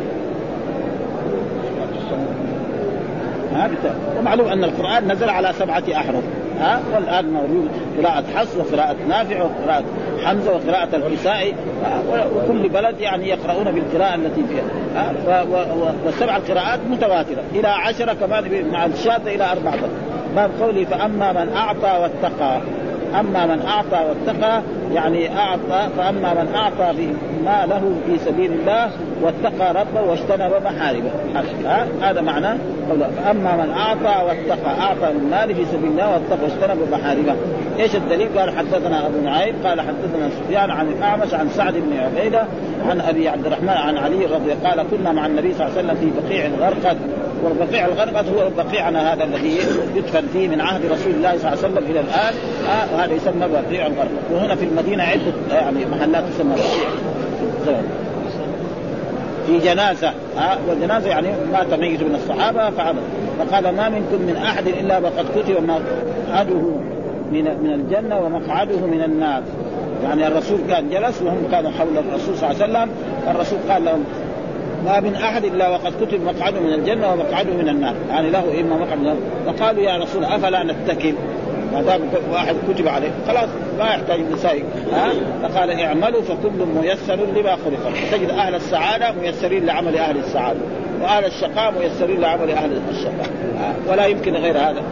ومعلوم أن القرآن نزل على 7 أحرف. والآن موجود قراءة حفص وقراءة نافع وقراءة حمزة وقراءة الكسائي وكل بلد يعني يقرؤون بالقراءة التي فيها. والسبع القراءات متواترة إلى 10 كمان مع الشاذة إلى 4. باب قولي فأما من أعطى واتقى. أما من أعطى واتقى يعني أعطى فأما من أعطى ما له في سبيل الله واتقى ربه واجتنب محارمه. هذا معنى فأما من أعطى واتقى أعطى من ماله في سبيل الله واتقى واجتنب محارمه. إيش الدليل؟ قال حدثنا أبو نعيم قال حدثنا سفيان عن الأعمش عن سعد بن عبيدة عن أبي عبد الرحمن عن علي رضي الله قال كنا مع النبي صلى الله عليه وسلم في بقيع الغرقد. والبقيع الغرقد هو بقيعنا هذا الذي يدفن فيه من عهد رسول الله صلى الله عليه وسلم إلى الآن. وهذا يسمى بقيع الغرقد. وهنا في المدينة عدة يعني محلات تسمى بقيع في جنازة. والجنازة يعني ما تميز من الصحابة فقال ما منكم من أحد إلا وقد كتب مقعده من الجنة ومقعده من النار. يعني الرسول كان جلس وهم كانوا حول الرسول صلى الله عليه وسلم. الرسول قال لهم ما من أحد إلا وقد كتب مقعده من الجنة ومقعده من النار يعني له إما مقعد من النار. فقالوا يا رسول أفلا نتكل ما دام واحد كتب عليه خلاص ما يحتاج نسائق. فقال اعملوا فكل ميسر لما خلق. تجد أهل السعادة ميسرين لعمل أهل السعادة وأهل الشقاء ميسرين لعمل أهل الشقاء ولا يمكن غير هذا.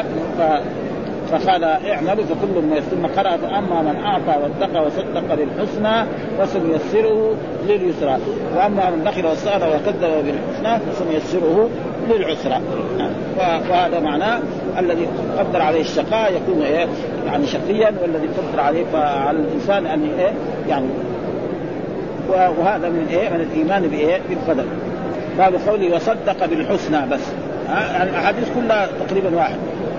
فقال اعملوا فكل ميسر. ثم قرأ فأما من أعطى واتقى وصدق بالحسنى فسنيسره لليسرى وأما من بخل واستغنى وكذب بالحسنى فسنيسره للعسرى. وهذا معناه الذي قدر عليه الشقاء يكون يعني شقيا والذي قدر عليه فعلى الإنسان أن يعني وهذا من من الإيمان بالقدر. باب قوله وصدق بالحسنى بس يعني الأحاديث كلها تقريبا واحد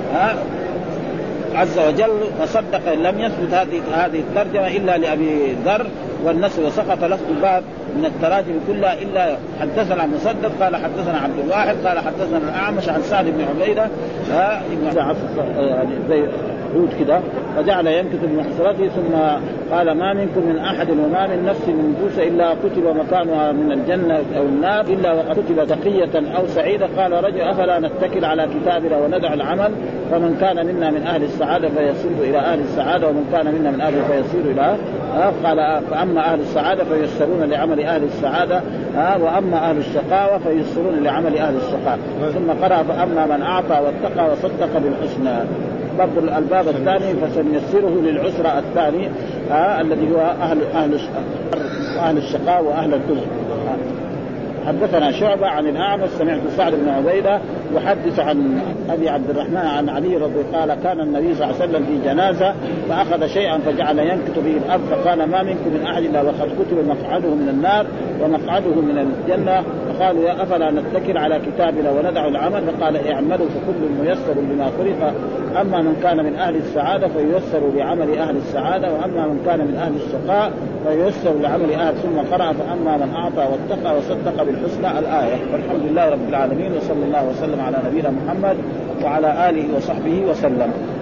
عز وجل. وصدق لم يثبت هذه الترجمة إلا لأبي ذر والنسر وسقط لفظ الباب من التراجم كلها إلا حدثنا مصدق قال حدثنا عبد الواحد قال حدثنا الأعمش عن سعد بن عبيدة ابن يعني زي عود كده فجعل ينكت بمحصرته ثم قال ما منكم من أحد وما من نفس منفوس إلا كتب مكانها من الجنة أو النار إلا وقد كتب تقية أو سعيدة. قال رجل أفلا نتكل على كتابنا وندع العمل فمن كان منا من أهل السعادة فيصير إلى أهل السعادة ومن كان منا من أهل فيصير إلى قال فأما أهل السعادة فييسرون لعمل أهل السعادة وأما أهل الشقاوة فييسرون لعمل أهل الشقاء. ثم قرأ فأما من أعطى واتقى وصدق بالحسنى. برضو الباب الثاني فسنيسره للعسرة الثاني الذي هو أهل الشقاء وأهل الكفر. حدثنا شعبة عن الأعمش سمعت سعد بن عبيدة يحدث عن أبي عبد الرحمن عن علي رضي الله عنه قال كان النبي صلى الله عليه وسلم في جنازة فأخذ شيئا فجعل ينكت به الأرض فقال ما منكم من أحد إلا وقد كتب مقعده من النار ومقعده من الجنة. فقالوا يا أفلا نتكل على كتابنا وندع العمل فقال اعملوا فكل ميسر لما خلق أما من كان من أهل السعادة فييسر لعمل أهل السعادة وأما من كان من أهل الشقاء فييسر لعمل أهل. ثم قرأ فأما من أعطى واتقى وصدق بالحسنى الآية. والحمد لله رب العالمين وصلى الله وسلم على نبينا محمد وعلى آله وصحبه وسلم.